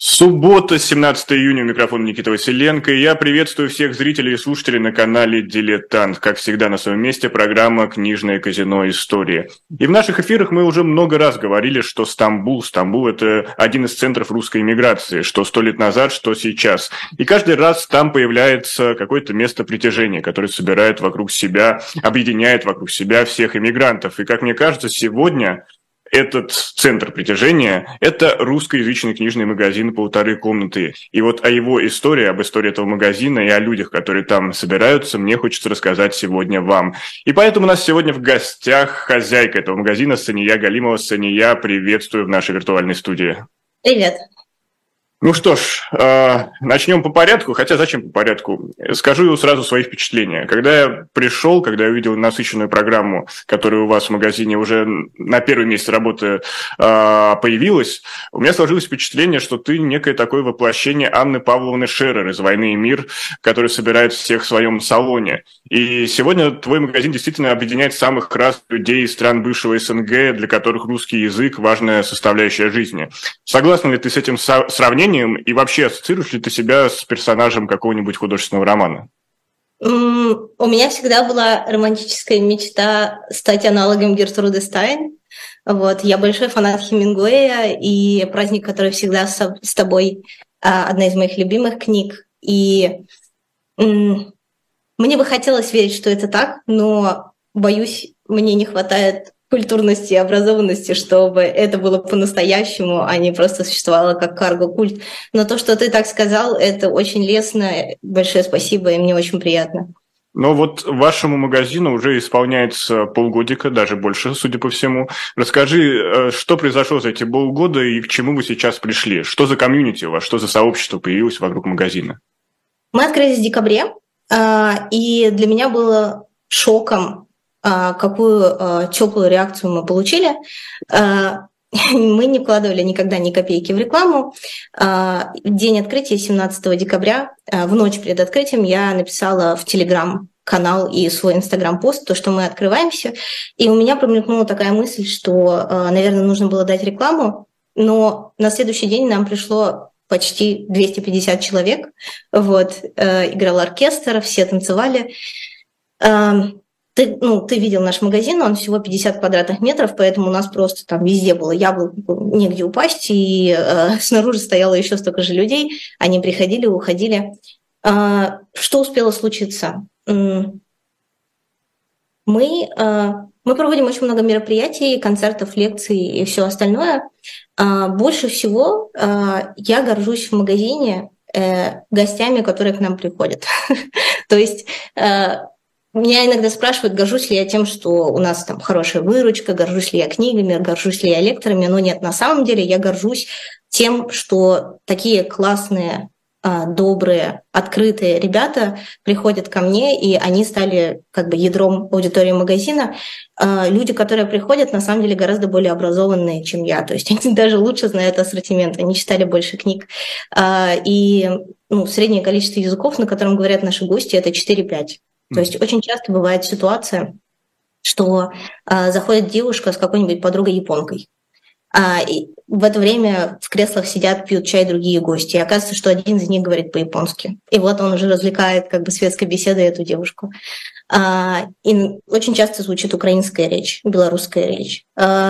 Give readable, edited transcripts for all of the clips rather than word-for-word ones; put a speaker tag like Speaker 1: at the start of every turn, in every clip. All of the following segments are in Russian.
Speaker 1: Суббота, 17 июня, микрофон Никита Василенко, и я приветствую всех зрителей и слушателей на канале «Дилетант». Как всегда, на своем месте программа «Книжное казино. История». И в наших эфирах мы уже много раз говорили, что Стамбул – это один из центров русской эмиграции, что 100 лет назад, что сейчас. И каждый раз там появляется какое-то место притяжения, которое собирает вокруг себя, объединяет вокруг себя всех эмигрантов. И, как мне кажется, сегодня этот центр притяжения – это русскоязычный книжный магазин «Полторы комнаты». И вот о его истории, об истории этого магазина и о людях, которые там собираются, мне хочется рассказать сегодня вам. И поэтому у нас сегодня в гостях хозяйка этого магазина Сания Галимова. Сания, приветствую в нашей виртуальной студии.
Speaker 2: Привет.
Speaker 1: Ну что ж, начнем по порядку, хотя зачем по порядку? Скажу сразу свои впечатления. Когда я пришел, когда я увидел насыщенную программу, которая у вас в магазине уже на первый месяц работы появилась, у меня сложилось впечатление, что ты некое такое воплощение Анны Павловны Шерер из «Войны и мир», который собирает всех в своем салоне. И сегодня твой магазин действительно объединяет самых разных людей из стран бывшего СНГ, для которых русский язык – важная составляющая жизни. Согласна ли ты с этим сравнением? И вообще, ассоциируешь ли ты себя с персонажем какого-нибудь художественного романа?
Speaker 2: У меня всегда была романтическая мечта стать аналогом Гертруды Стайн. Вот. Я большой фанат Хемингуэя, и «Праздник, который всегда с тобой» одна из моих любимых книг. И мне бы хотелось верить, что это так, но, боюсь, мне не хватает культурности и образованности, чтобы это было по-настоящему, а не просто существовало как карго-культ. Но то, что ты так сказал, это очень лестно. Большое спасибо, и мне очень приятно.
Speaker 1: Но вот вашему магазину уже исполняется полгодика, даже больше, судя по всему. Расскажи, что произошло за эти полгода и к чему вы сейчас пришли? Что за комьюнити у вас, что за сообщество появилось вокруг магазина? Мы
Speaker 2: открылись в декабре, и для меня было шоком, какую теплую реакцию мы получили. Мы не вкладывали никогда ни копейки в рекламу. В день открытия, 17 декабря, в ночь перед открытием, я написала в Телеграм-канал и свой Инстаграм-пост, то, что мы открываемся. И у меня промелькнула такая мысль, что, наверное, нужно было дать рекламу, но на следующий день нам пришло почти 250 человек. Вот, играл оркестр, все танцевали. Ты видел наш магазин, он всего 50 квадратных метров, поэтому у нас просто там везде было яблоко, негде упасть, и снаружи стояло еще столько же людей, они приходили, уходили. Что успело случиться? Мы проводим очень много мероприятий, концертов, лекций и все остальное. Больше всего я горжусь в магазине гостями, которые к нам приходят. То есть меня иногда спрашивают, горжусь ли я тем, что у нас там хорошая выручка, горжусь ли я книгами, горжусь ли я лекторами, но нет, на самом деле я горжусь тем, что такие классные, добрые, открытые ребята приходят ко мне, и они стали как бы ядром аудитории магазина. Люди, которые приходят, на самом деле гораздо более образованные, чем я, то есть они даже лучше знают ассортимент, они читали больше книг. И среднее количество языков, на котором говорят наши гости, это 4-5. То есть очень часто бывает ситуация, что заходит девушка с какой-нибудь подругой-японкой, и в это время в креслах сидят, пьют чай другие гости, и оказывается, что один из них говорит по-японски. И вот он уже развлекает как бы светской беседой эту девушку. И очень часто звучит украинская речь, белорусская речь.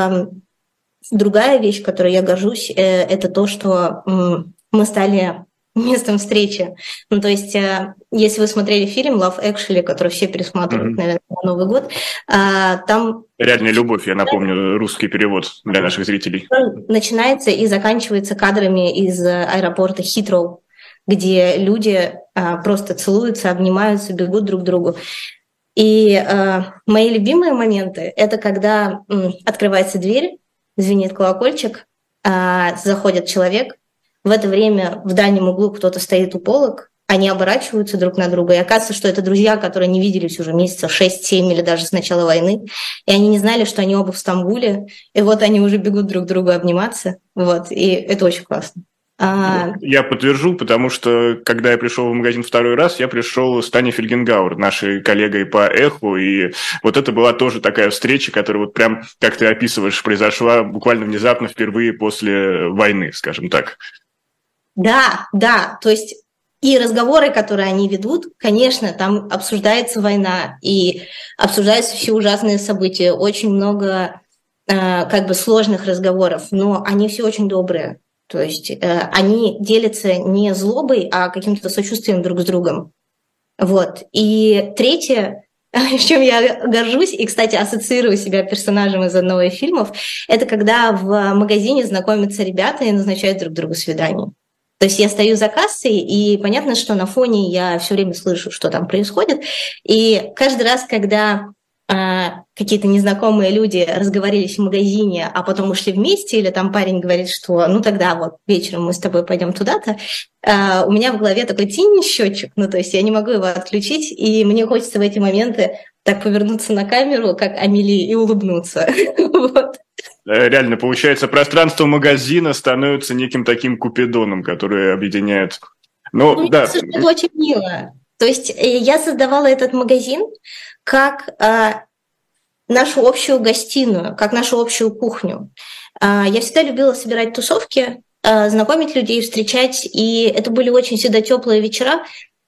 Speaker 2: Другая вещь, которой я горжусь, это то, что мы стали местом встречи. То есть, если вы смотрели фильм «Love Actually», который все пересматривают, наверное, на Новый год, там...
Speaker 1: «Реальная любовь», я напомню, русский перевод для наших зрителей.
Speaker 2: Начинается и заканчивается кадрами из аэропорта Хитроу, где люди просто целуются, обнимаются, бегут друг к другу. И мои любимые моменты — это когда открывается дверь, звенит колокольчик, заходит человек. В это время в дальнем углу кто-то стоит у полок, они оборачиваются друг на друга, и оказывается, что это друзья, которые не виделись уже месяцев 6-7 или даже с начала войны, и они не знали, что они оба в Стамбуле, и вот они уже бегут друг к другу обниматься, вот, и это очень классно.
Speaker 1: Я подтвержу, потому что, когда я пришел в магазин второй раз, я пришел с Таней Фельгенгауэр, нашей коллегой по «Эху», и вот это была тоже такая встреча, которая вот прям, как ты описываешь, произошла буквально внезапно впервые после войны, скажем так.
Speaker 2: Да, то есть и разговоры, которые они ведут, конечно, там обсуждается война и обсуждаются все ужасные события, очень много как бы сложных разговоров, но они все очень добрые. То есть они делятся не злобой, а каким-то сочувствием друг с другом. Вот. И третье, чем я горжусь, и, кстати, ассоциирую себя персонажем из одного из фильмов, это когда в магазине знакомятся ребята и назначают друг другу свидание. То есть я стою за кассой, и понятно, что на фоне я все время слышу, что там происходит. И каждый раз, когда какие-то незнакомые люди разговорились в магазине, а потом ушли вместе, или там парень говорит, что ну тогда вот вечером мы с тобой пойдем туда-то, у меня в голове такой тень-счетчик, ну то есть я не могу его отключить, и мне хочется в эти моменты так повернуться на камеру, как Амели, и улыбнуться. Вот.
Speaker 1: Реально, получается, пространство магазина становится неким таким купидоном, который объединяет...
Speaker 2: Ну, да. Это очень мило. То есть я создавала этот магазин как нашу общую гостиную, как нашу общую кухню. Я всегда любила собирать тусовки, знакомить людей, встречать, и это были очень всегда теплые вечера,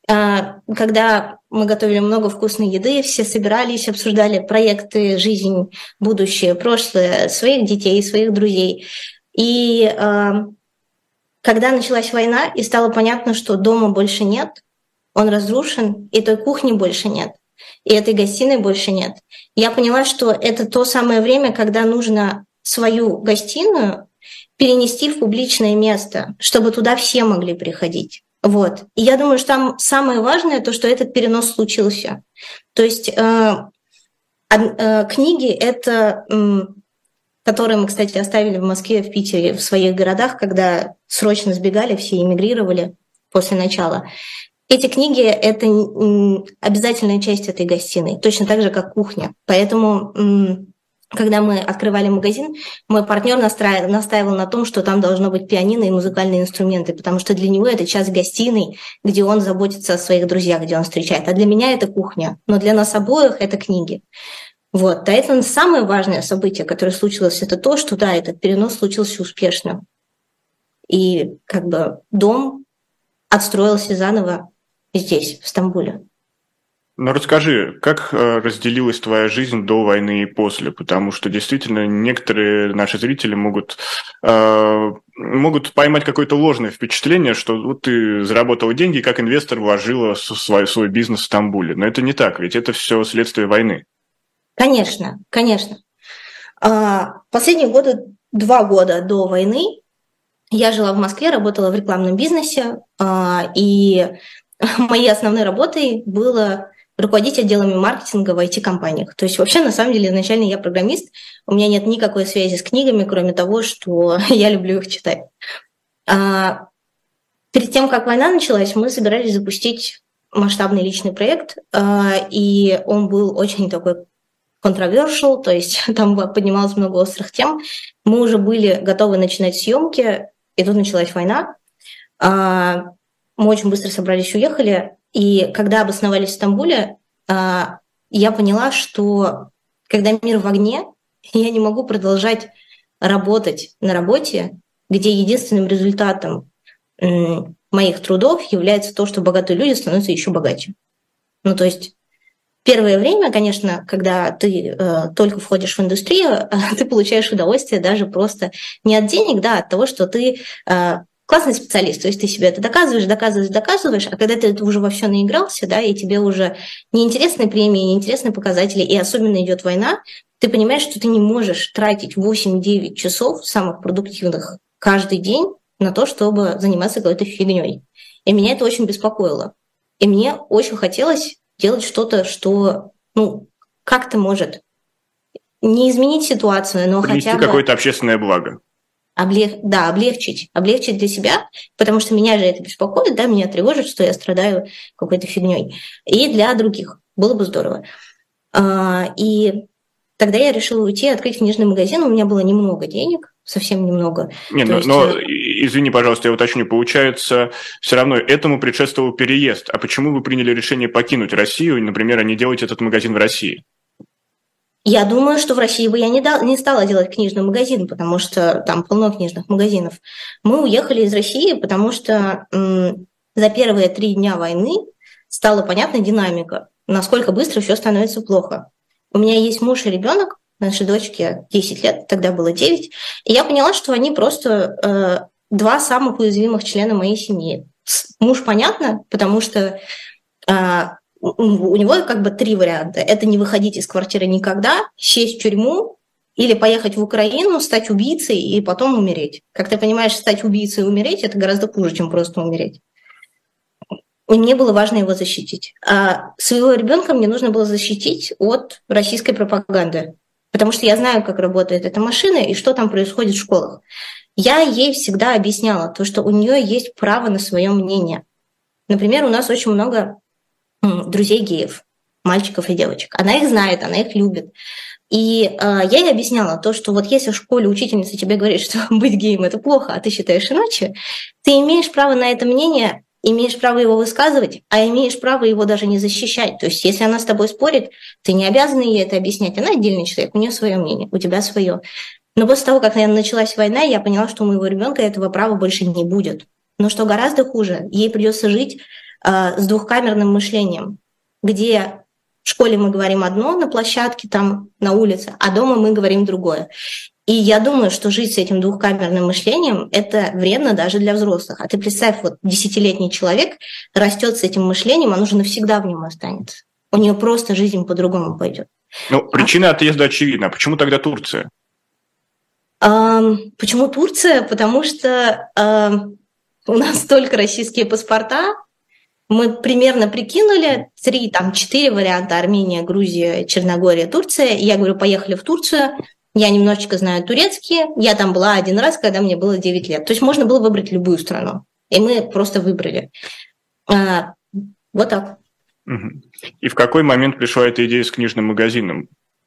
Speaker 2: когда мы готовили много вкусной еды, все собирались, обсуждали проекты, жизнь, будущее, прошлое, своих детей, своих друзей. И когда началась война, и стало понятно, что дома больше нет, он разрушен, и той кухни больше нет, и этой гостиной больше нет, я поняла, что это то самое время, когда нужно свою гостиную перенести в публичное место, чтобы туда все могли приходить. Вот. И я думаю, что там самое важное то, что этот перенос случился. То есть книги — это, которые мы, кстати, оставили в Москве, в Питере, в своих городах, когда срочно сбегали, все эмигрировали после начала. Эти книги — это обязательная часть этой гостиной, точно так же, как кухня. Поэтому, когда мы открывали магазин, мой партнер настаивал на том, что там должно быть пианино и музыкальные инструменты, потому что для него это часть гостиной, где он заботится о своих друзьях, где он встречает. А для меня это кухня, но для нас обоих это книги. Вот. Поэтому самое важное событие, которое случилось, это то, что да, этот перенос случился успешно. И как бы дом отстроился заново здесь, в Стамбуле.
Speaker 1: Ну, расскажи, как разделилась твоя жизнь до войны и после? Потому что действительно некоторые наши зрители могут поймать какое-то ложное впечатление, что вот ты заработала деньги, как инвестор вложила свой бизнес в Стамбуле. Но это не так, ведь это все следствие войны.
Speaker 2: Конечно, конечно. Последние 2 года до войны я жила в Москве, работала в рекламном бизнесе, и моей основной работой было руководить отделами маркетинга в IT-компаниях. То есть вообще, на самом деле, изначально я программист, у меня нет никакой связи с книгами, кроме того, что я люблю их читать. Перед тем, как война началась, мы собирались запустить масштабный личный проект, и он был очень такой controversial, то есть там поднималось много острых тем. Мы уже были готовы начинать съемки, и тут началась война. Мы очень быстро собрались, уехали. И когда обосновались в Стамбуле, я поняла, что когда мир в огне, я не могу продолжать работать на работе, где единственным результатом моих трудов является то, что богатые люди становятся еще богаче. Ну, то есть первое время, конечно, когда ты только входишь в индустрию, ты получаешь удовольствие даже просто не от денег, да, от того, что ты классный специалист, то есть ты себе это доказываешь, а когда ты уже во все наигрался, да, и тебе уже неинтересны премии, неинтересны показатели, и особенно идет война, ты понимаешь, что ты не можешь тратить 8-9 часов самых продуктивных каждый день на то, чтобы заниматься какой-то фигней. И меня это очень беспокоило. И мне очень хотелось делать что-то, что, ну, как-то может не изменить ситуацию, но
Speaker 1: принести
Speaker 2: хотя бы
Speaker 1: какое-то общественное благо.
Speaker 2: облегчить для себя, потому что меня же это беспокоит, да, меня тревожит, что я страдаю какой-то фигней. И для других. Было бы здорово. И тогда я решила уйти, открыть книжный магазин. У меня было немного денег, совсем немного.
Speaker 1: Но извини, пожалуйста, я уточню. Получается, все равно этому предшествовал переезд. А почему вы приняли решение покинуть Россию, например, а не делать этот магазин в России?
Speaker 2: Я думаю, что в России бы я не стала делать книжный магазин, потому что там полно книжных магазинов. Мы уехали из России, потому что за первые 3 дня войны стала понятна динамика, насколько быстро все становится плохо. У меня есть муж и ребенок, нашей дочке 10 лет, тогда было 9, и я поняла, что они просто 2 самых уязвимых члена моей семьи. Муж, понятно, потому что у него как бы 3 варианта. Это не выходить из квартиры никогда, сесть в тюрьму или поехать в Украину, стать убийцей и потом умереть. Как ты понимаешь, стать убийцей и умереть – это гораздо хуже, чем просто умереть. И мне было важно его защитить. А своего ребенка мне нужно было защитить от российской пропаганды, потому что я знаю, как работает эта машина и что там происходит в школах. Я ей всегда объясняла то, что у нее есть право на свое мнение. Например, у нас очень много друзей геев, мальчиков и девочек. Она их знает, она их любит. И я ей объясняла то, что вот если в школе учительница тебе говорит, что быть геем – это плохо, а ты считаешь иначе, ты имеешь право на это мнение, имеешь право его высказывать, а имеешь право его даже не защищать. То есть если она с тобой спорит, ты не обязана ей это объяснять. Она отдельный человек, у нее свое мнение, у тебя свое. Но после того, как, наверное, началась война, я поняла, что у моего ребенка этого права больше не будет. Но что гораздо хуже, ей придется жить с двухкамерным мышлением, где в школе мы говорим одно, на площадке, там, на улице, а дома мы говорим другое. И я думаю, что жить с этим двухкамерным мышлением – это вредно даже для взрослых. А ты представь, вот 10-летний человек растет с этим мышлением, оно же навсегда в нем останется. У нее просто жизнь по-другому пойдет.
Speaker 1: Ну, причина отъезда очевидна. Почему тогда Турция?
Speaker 2: Почему Турция? Потому что у нас только российские паспорта. Мы примерно прикинули 3-4 варианта: Армения, Грузия, Черногория, Турция. И я говорю, поехали в Турцию. Я немножечко знаю турецкий. Я там была 1 раз, когда мне было 9 лет. То есть можно было выбрать любую страну. И мы просто выбрали. Вот так.
Speaker 1: И в какой момент пришла эта идея с книжным магазином?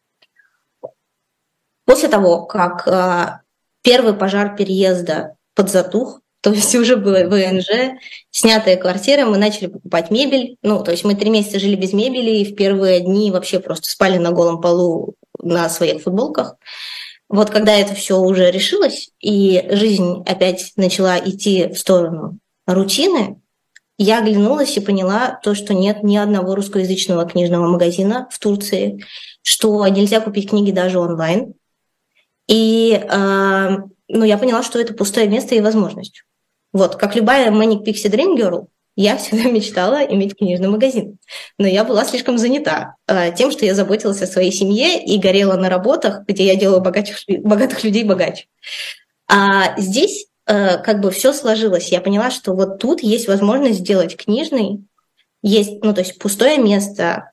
Speaker 2: После того, как первый пожар переезда подзатух, то есть уже было ВНЖ, снятая квартира, мы начали покупать мебель. Ну, то есть мы 3 месяца жили без мебели, и в первые дни вообще просто спали на голом полу на своих футболках. Вот когда это все уже решилось, и жизнь опять начала идти в сторону рутины, я оглянулась и поняла то, что нет ни одного русскоязычного книжного магазина в Турции, что нельзя купить книги даже онлайн. И я поняла, что это пустое место и возможность. Вот, как любая Manic Pixie Dream Girl, я всегда мечтала иметь книжный магазин. Но я была слишком занята тем, что я заботилась о своей семье и горела на работах, где я делала богатых людей богаче. А здесь как бы все сложилось. Я поняла, что вот тут есть возможность сделать книжный, есть, то есть пустое место,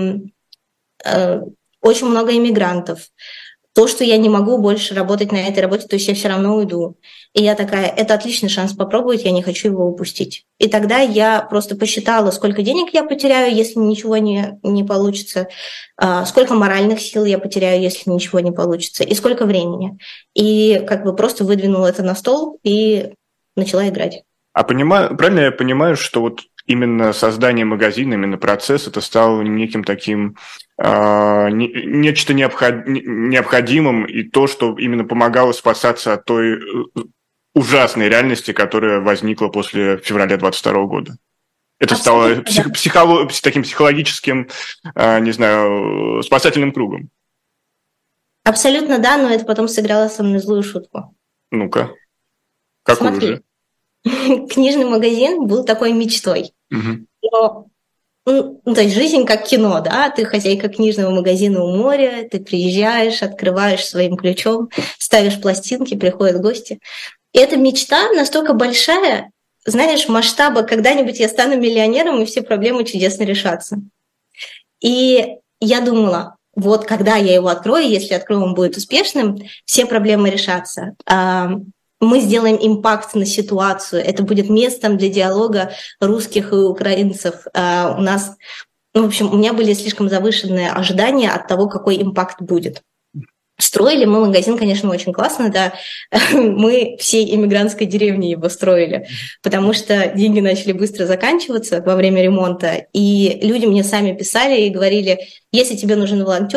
Speaker 2: очень много иммигрантов. То, что я не могу больше работать на этой работе, то есть я все равно уйду. И я такая, это отличный шанс попробовать, я не хочу его упустить. И тогда я просто посчитала, сколько денег я потеряю, если ничего не получится, сколько моральных сил я потеряю, если ничего не получится, и сколько времени. И как бы просто выдвинула это на стол и начала играть.
Speaker 1: Правильно я понимаю, что вот именно создание магазина, именно процесс, это стало неким таким нечто необходимым, и то, что именно помогало спасаться от той ужасной реальности, которая возникла после февраля 2022 года? Это стало таким психологическим, спасательным кругом.
Speaker 2: Абсолютно да, но это потом сыграло со мной злую шутку.
Speaker 1: Ну-ка, какую
Speaker 2: Смотри.
Speaker 1: же?
Speaker 2: Книжный магазин был такой мечтой.
Speaker 1: Угу.
Speaker 2: То есть жизнь как кино, да? Ты хозяйка книжного магазина у моря, ты приезжаешь, открываешь своим ключом, ставишь пластинки, приходят гости. И эта мечта настолько большая, знаешь, масштаба, когда-нибудь я стану миллионером, и все проблемы чудесно решатся. И я думала, вот когда я его открою, если открою, он будет успешным, все проблемы решатся. Мы сделаем импакт на ситуацию. Это будет местом для диалога русских и украинцев. У нас, в общем, у меня были слишком завышенные ожидания от того, какой импакт будет. Строили мы магазин, конечно, очень классно, да. Мы всей иммигрантской деревни его строили, потому что деньги начали быстро заканчиваться во время ремонта, и люди мне сами писали и говорили, если тебе нужен волонтер,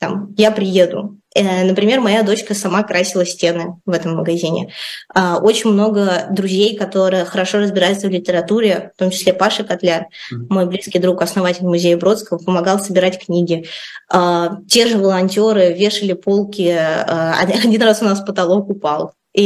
Speaker 2: там, я приеду. Например, моя дочка сама красила стены в этом магазине. Очень много друзей, которые хорошо разбираются в литературе, в том числе Паша Котляр, мой близкий друг, основатель музея Бродского, помогал собирать книги. Те же волонтеры вешали полки. Один раз у нас потолок упал, и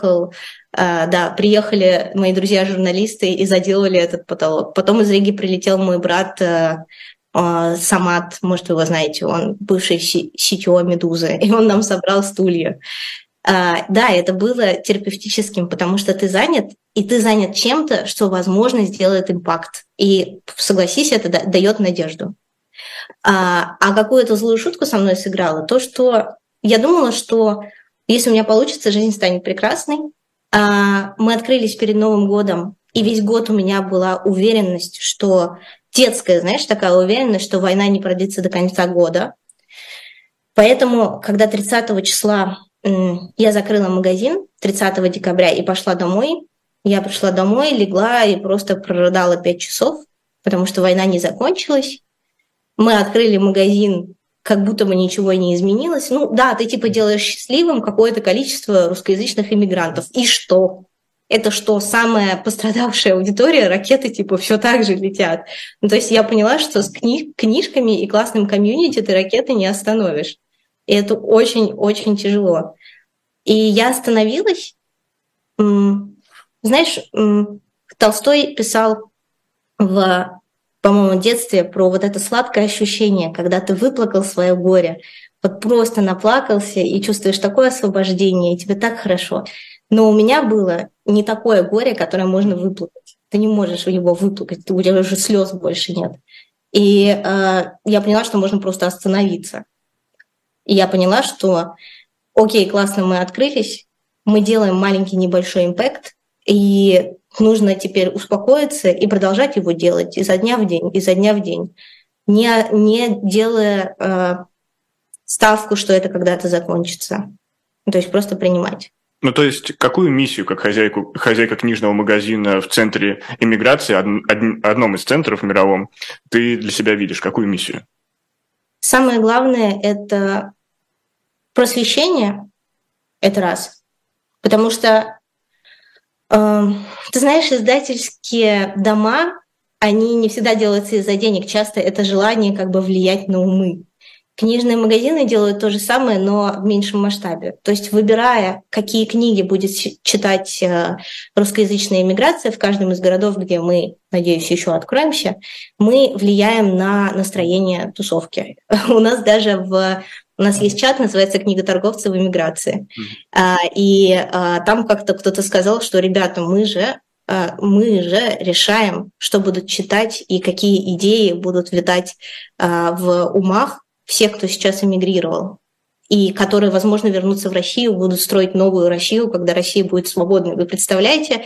Speaker 2: приехали мои друзья-журналисты и заделали этот потолок. Потом из Риги прилетел мой брат Самат, может, вы его знаете, он бывший CTO «Медузы», и он нам собрал стулья. Да, это было терапевтическим, потому что ты занят, и ты занят чем-то, что, возможно, сделает импакт. И, согласись, это дает надежду. А какую-то злую шутку со мной сыграла, то, что я думала, что если у меня получится, жизнь станет прекрасной. Мы открылись перед Новым годом, и весь год у меня была уверенность, что детская, знаешь, такая уверенность, что война не продлится до конца года. Поэтому, когда 30 числа я закрыла магазин, 30 декабря, и пошла домой, я пришла домой, легла и просто прорыдала 5 часов, потому что война не закончилась. Мы открыли магазин, как будто бы ничего не изменилось. Ну да, ты типа делаешь счастливым какое-то количество русскоязычных иммигрантов. И что? Это что, самая пострадавшая аудитория, ракеты типа все так же летят. Ну, то есть я поняла, что с книжками и классным комьюнити ты ракеты не остановишь. И это очень-очень тяжело. И я остановилась. Знаешь, Толстой писал по-моему, детстве про вот это сладкое ощущение, когда ты выплакал свое горе, вот просто наплакался и чувствуешь такое освобождение, и тебе так хорошо. Но у меня было не такое горе, которое можно выплакать. Ты не можешь его выплакать, у тебя уже слез больше нет. И я поняла, что можно просто остановиться. И я поняла, что окей, классно, мы открылись, мы делаем маленький небольшой импакт, и нужно теперь успокоиться и продолжать его делать изо дня в день, не делая ставку, что это когда-то закончится. То есть просто принимать.
Speaker 1: Ну, то есть, какую миссию, как хозяйка книжного магазина в центре иммиграции, одном из центров мировом, ты для себя видишь? Какую миссию?
Speaker 2: Самое главное – это просвещение, это раз. Потому что, ты знаешь, издательские дома, они не всегда делаются из-за денег, часто это желание как бы влиять на умы. Книжные магазины делают то же самое, но в меньшем масштабе. То есть выбирая, какие книги будет читать русскоязычная иммиграция в каждом из городов, где мы, надеюсь, еще откроемся, мы влияем на настроение тусовки. У нас есть чат, называется «Книготорговцы в эмиграции». И там как-то кто-то сказал, что, ребята, мы же решаем, что будут читать и какие идеи будут витать в умах всех, кто сейчас эмигрировал, и которые, возможно, вернутся в Россию, будут строить новую Россию, когда Россия будет свободной. Вы представляете,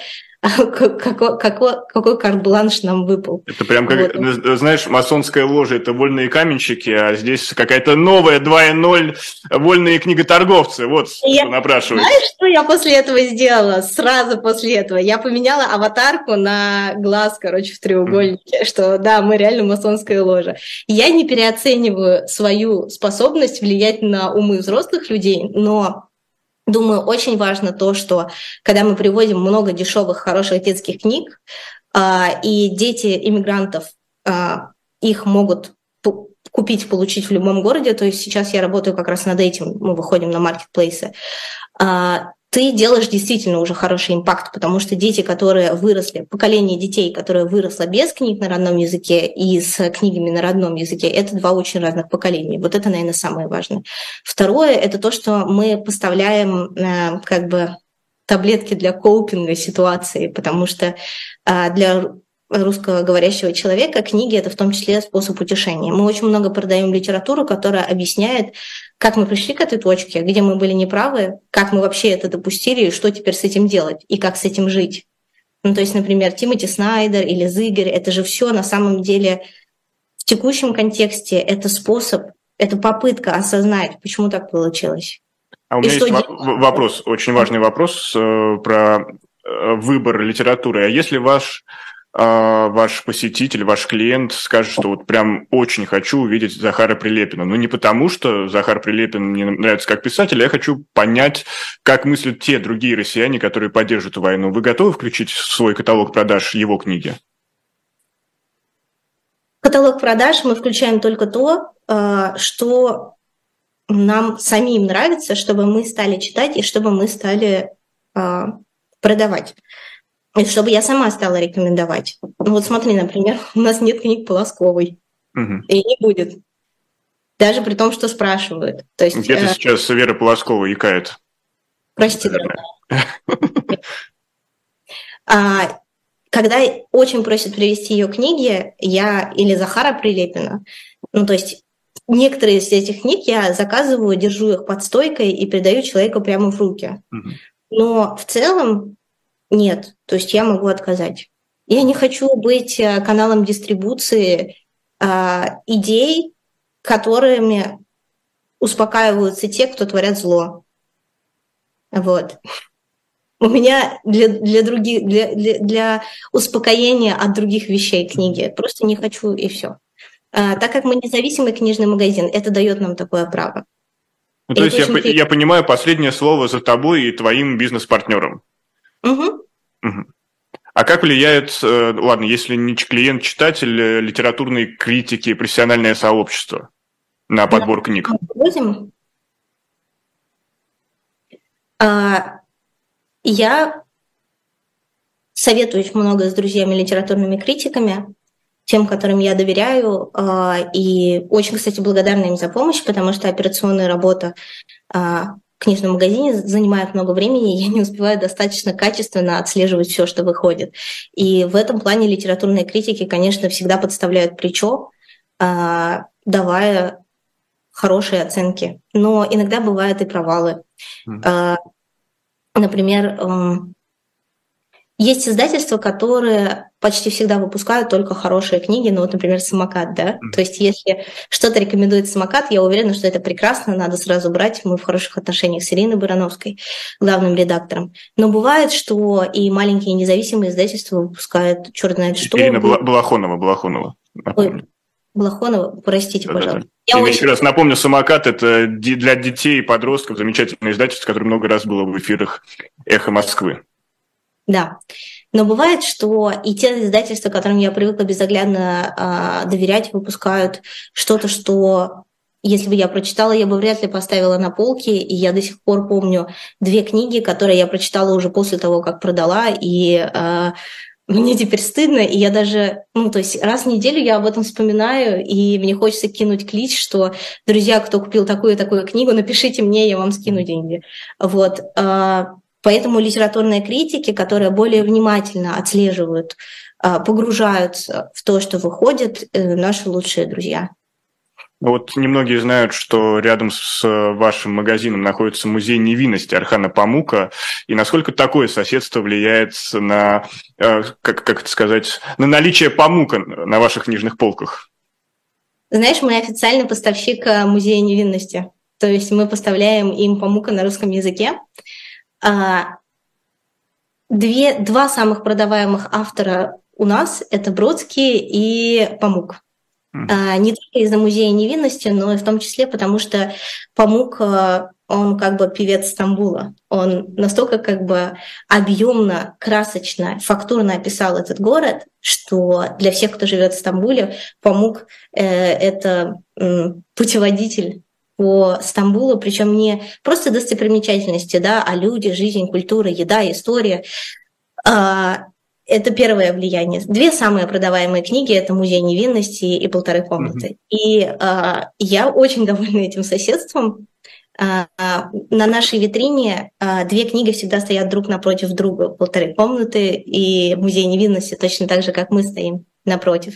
Speaker 2: какой карт-бланш нам выпал?
Speaker 1: Это прям как, знаешь, масонская ложа – это вольные каменщики, а здесь какая-то новая 2.0 вольные книготорговцы. Вот что напрашивается.
Speaker 2: Знаешь, что я после этого сделала? Сразу после этого. Я поменяла аватарку на глаз, в треугольнике, что да, мы реально масонская ложа. Я не переоцениваю свою способность влиять на умы взрослых людей, но думаю, очень важно то, что когда мы приводим много дешевых, хороших детских книг, и дети иммигрантов их могут купить, получить в любом городе, то есть сейчас я работаю как раз над этим, мы выходим на маркетплейсы, ты делаешь действительно уже хороший импакт, потому что дети, которые выросли, поколение детей, которое выросло без книг на родном языке и с книгами на родном языке, это два очень разных поколения. Вот это, наверное, самое важное. Второе – это то, что мы поставляем таблетки для коупинга ситуации, потому что для русскоговорящего человека книги – это в том числе способ утешения. Мы очень много продаем литературу, которая объясняет, как мы пришли к этой точке, где мы были неправы, как мы вообще это допустили, и что теперь с этим делать, и как с этим жить. Ну, то есть, например, Тимоти Снайдер или Зыгорь – это же все на самом деле в текущем контексте это способ, это попытка осознать, почему так получилось.
Speaker 1: А у меня есть вопрос, очень важный вопрос про выбор литературы. А если ваш ваш посетитель, ваш клиент скажет, что вот прям очень хочу увидеть Захара Прилепина. Ну, не потому, что Захар Прилепин мне нравится как писатель, а я хочу понять, как мыслят те другие россияне, которые поддерживают войну. Вы готовы включить в свой каталог продаж его книги?
Speaker 2: В каталог продаж мы включаем только то, что нам самим нравится, чтобы мы стали читать и чтобы мы стали продавать. И чтобы я сама стала рекомендовать. Ну вот смотри, например, у нас нет книг Полосковой. И не будет. Даже при том, что спрашивают. То есть,
Speaker 1: где-то сейчас Вера Полоскова икает.
Speaker 2: Прости, дорогая. Когда очень просят привезти ее книги, я или Захара Прилепина, ну то есть некоторые из этих книг я заказываю, держу их под стойкой и передаю человеку прямо в руки. Но в целом нет, то есть я могу отказать. Я не хочу быть каналом дистрибуции идей, которыми успокаиваются те, кто творят зло. Вот. У меня для успокоения от других вещей книги. Просто не хочу, и все. Так как мы независимый книжный магазин, это дает нам такое право.
Speaker 1: Ну, то есть я понимаю, последнее слово за тобой и твоим бизнес-партнером.
Speaker 2: Угу.
Speaker 1: А как влияет, ладно, если не клиент-читатель, литературные критики, профессиональное сообщество на подбор книг?
Speaker 2: Я советуюсь много с друзьями-литературными критиками, тем, которым я доверяю, и очень, кстати, благодарна им за помощь, потому что операционная работа в книжном магазине занимает много времени, и я не успеваю достаточно качественно отслеживать все, что выходит. И в этом плане литературные критики, конечно, всегда подставляют плечо, давая хорошие оценки. Но иногда бывают и провалы. Например, есть издательства, которые почти всегда выпускают только хорошие книги, ну вот, например, «Самокат», да? То есть если что-то рекомендует «Самокат», я уверена, что это прекрасно, надо сразу брать. Мы в хороших отношениях с Ириной Барановской, главным редактором. Но бывает, что и маленькие независимые издательства выпускают черт знает что.
Speaker 1: Ирина Балахонова.
Speaker 2: Ой, Балахонова, простите, пожалуйста.
Speaker 1: Я еще раз напомню, «Самокат» — это для детей и подростков замечательное издательство, которое много раз было в эфирах «Эхо Москвы».
Speaker 2: Да, но бывает, что и те издательства, которым я привыкла безоглядно доверять, выпускают что-то, что, если бы я прочитала, я бы вряд ли поставила на полки, и я до сих пор помню 2 книги, которые я прочитала уже после того, как продала, и мне теперь стыдно, и я даже, то есть раз в неделю я об этом вспоминаю, и мне хочется кинуть клич, что, друзья, кто купил такую и такую книгу, напишите мне, я вам скину деньги. Вот. Поэтому литературные критики, которые более внимательно отслеживают, погружаются в то, что выходит, наши лучшие друзья.
Speaker 1: Вот немногие знают, что рядом с вашим магазином находится музей невинности Орхана Памука, и насколько такое соседство влияет на, как это сказать, на наличие памука на ваших книжных полках?
Speaker 2: Знаешь, мы официальный поставщик музея невинности, то есть мы поставляем им памука на русском языке. 2 самых продаваемых автора у нас — это Бродский и Памук. Не только из-за музея невинности, но и в том числе потому, что Памук, он как бы певец Стамбула. Он настолько как бы объемно, красочно, фактурно описал этот город, что для всех, кто живет в Стамбуле, Памук это путеводитель по Стамбулу, причем не просто достопримечательности, да, а люди, жизнь, культура, еда, история. Это первое влияние. 2 самые продаваемые книги — это «Музей невинности» и «1,5 комнаты». И я очень довольна этим соседством. На нашей витрине 2 книги всегда стоят друг напротив друга. «1,5 комнаты» и «Музей невинности», точно так же, как мы стоим напротив.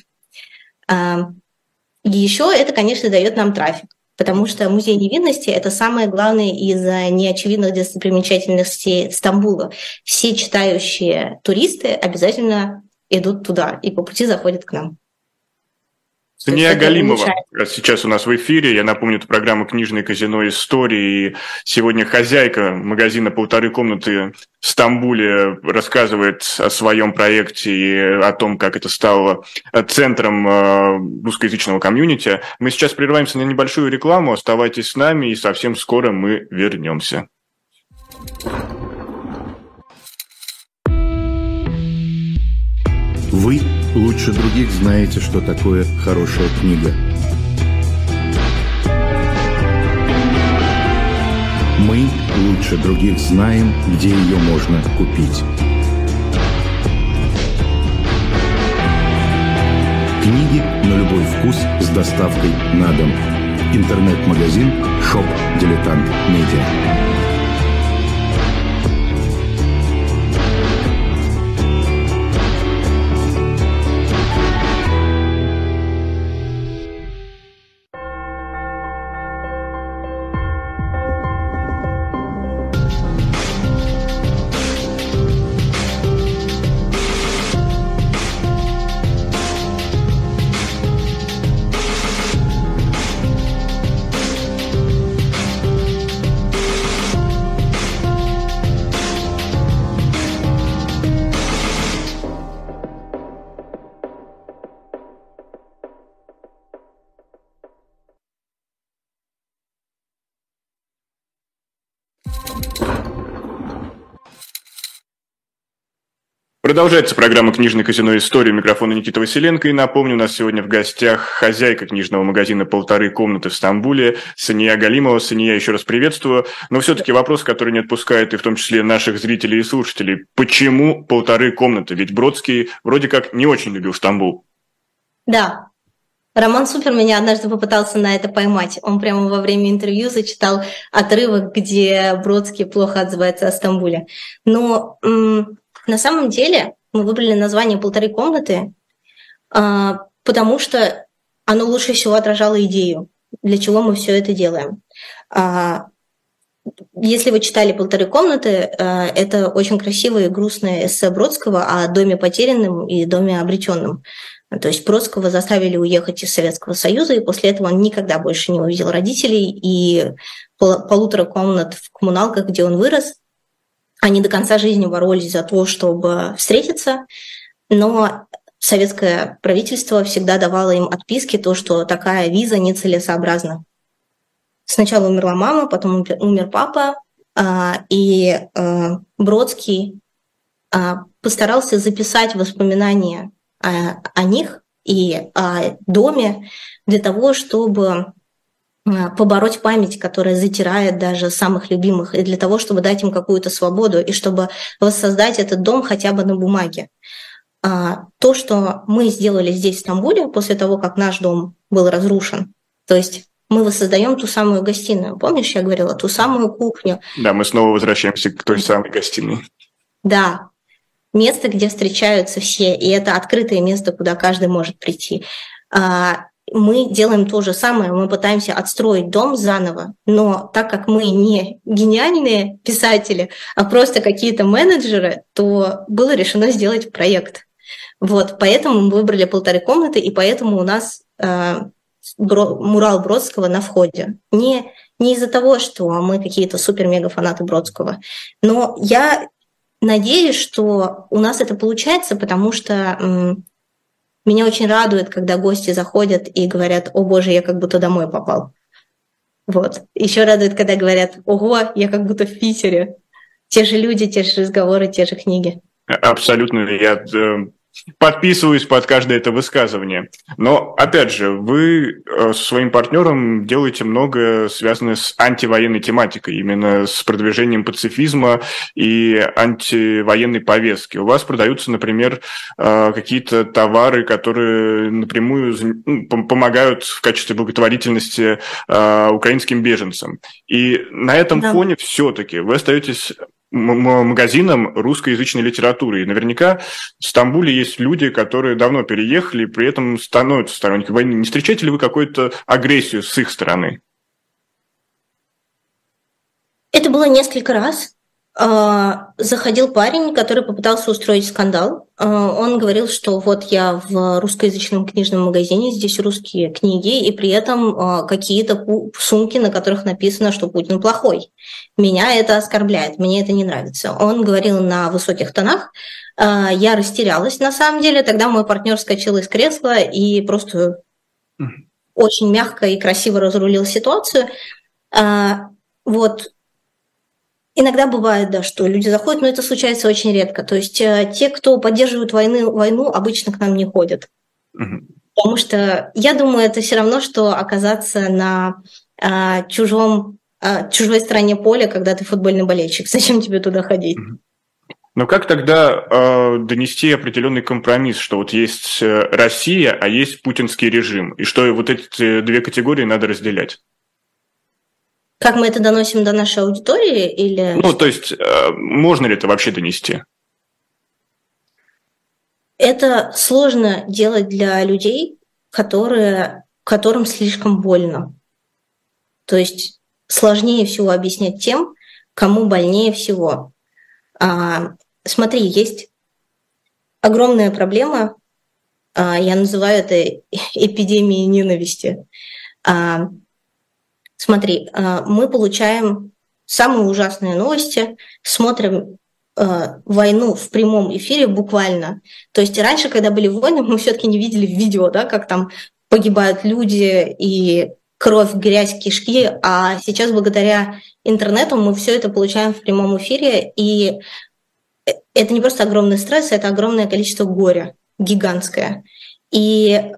Speaker 2: И еще это, конечно, дает нам трафик. Потому что музей невинности — это самое главное из неочевидных достопримечательностей Стамбула. Все читающие туристы обязательно идут туда и по пути заходят к нам.
Speaker 1: Сания Галимова сейчас у нас в эфире. Я напомню, это программа «Книжное казино истории». И сегодня хозяйка магазина «Полторы комнаты» в Стамбуле рассказывает о своем проекте и о том, как это стало центром русскоязычного комьюнити. Мы сейчас прерываемся на небольшую рекламу. Оставайтесь с нами, и совсем скоро мы вернемся.
Speaker 3: Вы лучше других знаете, что такое хорошая книга. Мы лучше других знаем, где ее можно купить. Книги на любой вкус с доставкой на дом. Интернет-магазин «Шоп Дилетант Медиа».
Speaker 1: Продолжается программа «Книжное казино истории». Микрофон Никита Василенко. И напомню, у нас сегодня в гостях хозяйка книжного магазина «Полторы комнаты» в Стамбуле Сания Галимова. Сания, еще раз приветствую. Но все-таки вопрос, который не отпускает и в том числе наших зрителей и слушателей. Почему «Полторы комнаты»? Ведь Бродский вроде как не очень любил Стамбул.
Speaker 2: Да. Роман Супер меня однажды попытался на это поймать. Он прямо во время интервью зачитал отрывок, где Бродский плохо отзывается о Стамбуле. Но на самом деле мы выбрали название «Полторы комнаты», потому что оно лучше всего отражало идею, для чего мы все это делаем. Если вы читали «Полторы комнаты», это очень красивое и грустное эссе Бродского о доме потерянном и доме обретенном. То есть Бродского заставили уехать из Советского Союза, и после этого он никогда больше не увидел родителей, и 1,5 комнат в коммуналках, где он вырос, они до конца жизни боролись за то, чтобы встретиться, но советское правительство всегда давало им отписки, то, что такая виза нецелесообразна. Сначала умерла мама, потом умер папа, и Бродский постарался записать воспоминания о них и о доме для того, чтобы побороть память, которая затирает даже самых любимых, и для того, чтобы дать им какую-то свободу, и чтобы воссоздать этот дом хотя бы на бумаге. То, что мы сделали здесь, в Стамбуле, после того, как наш дом был разрушен, то есть мы воссоздаем ту самую гостиную. Помнишь, я говорила, ту самую кухню?
Speaker 1: Да, мы снова возвращаемся к той самой гостиной.
Speaker 2: Да, место, где встречаются все, и это открытое место, куда каждый может прийти. Мы делаем то же самое, мы пытаемся отстроить дом заново, но так как мы не гениальные писатели, а просто какие-то менеджеры, то было решено сделать проект. Вот, поэтому мы выбрали 1,5 комнаты, и поэтому у нас мурал Бродского на входе. Не из-за того, что мы какие-то супер-мега-фанаты Бродского, но я надеюсь, что у нас это получается, потому что меня очень радует, когда гости заходят и говорят: «О боже, я как будто домой попал». Вот. Еще радует, когда говорят: «Ого, я как будто в Питере». Те же люди, те же разговоры, те же книги.
Speaker 1: Абсолютно. Я подписываюсь под каждое это высказывание. Но, опять же, вы со своим партнером делаете многое, связанное с антивоенной тематикой, именно с продвижением пацифизма и антивоенной повестки. У вас продаются, например, какие-то товары, которые напрямую помогают в качестве благотворительности украинским беженцам. И на этом фоне все-таки вы остаетесь магазином русскоязычной литературы. И наверняка в Стамбуле есть люди, которые давно переехали, при этом становятся сторонниками войны. Не встречаете ли вы какую-то агрессию с их стороны?
Speaker 2: Это было несколько раз. Заходил парень, который попытался устроить скандал. Он говорил, что вот я в русскоязычном книжном магазине, здесь русские книги, и при этом какие-то сумки, на которых написано, что Путин плохой. Меня это оскорбляет, мне это не нравится. Он говорил на высоких тонах. Я растерялась на самом деле. Тогда мой партнер вскочил из кресла и просто очень мягко и красиво разрулил ситуацию. Вот. Иногда бывает, да, что люди заходят, но это случается очень редко. То есть те, кто поддерживают войну, обычно к нам не ходят. Потому что, я думаю, это все равно, что оказаться на чужой стороне поля, когда ты футбольный болельщик. Зачем тебе туда ходить?
Speaker 1: Но как тогда донести определенный компромисс, что вот есть Россия, а есть путинский режим, и что вот эти две категории надо разделять?
Speaker 2: Как мы это доносим до нашей аудитории? Или...
Speaker 1: Ну, то есть, можно ли это вообще донести?
Speaker 2: Это сложно делать для людей, которым слишком больно. То есть сложнее всего объяснять тем, кому больнее всего. Смотри, есть огромная проблема, я называю это эпидемией ненависти. Смотри, мы получаем самые ужасные новости, смотрим войну в прямом эфире буквально. То есть раньше, когда были войны, мы все-таки не видели видео, да, как там погибают люди и кровь, грязь, кишки, а сейчас благодаря интернету мы все это получаем в прямом эфире, и это не просто огромный стресс, это огромное количество горя, гигантское. И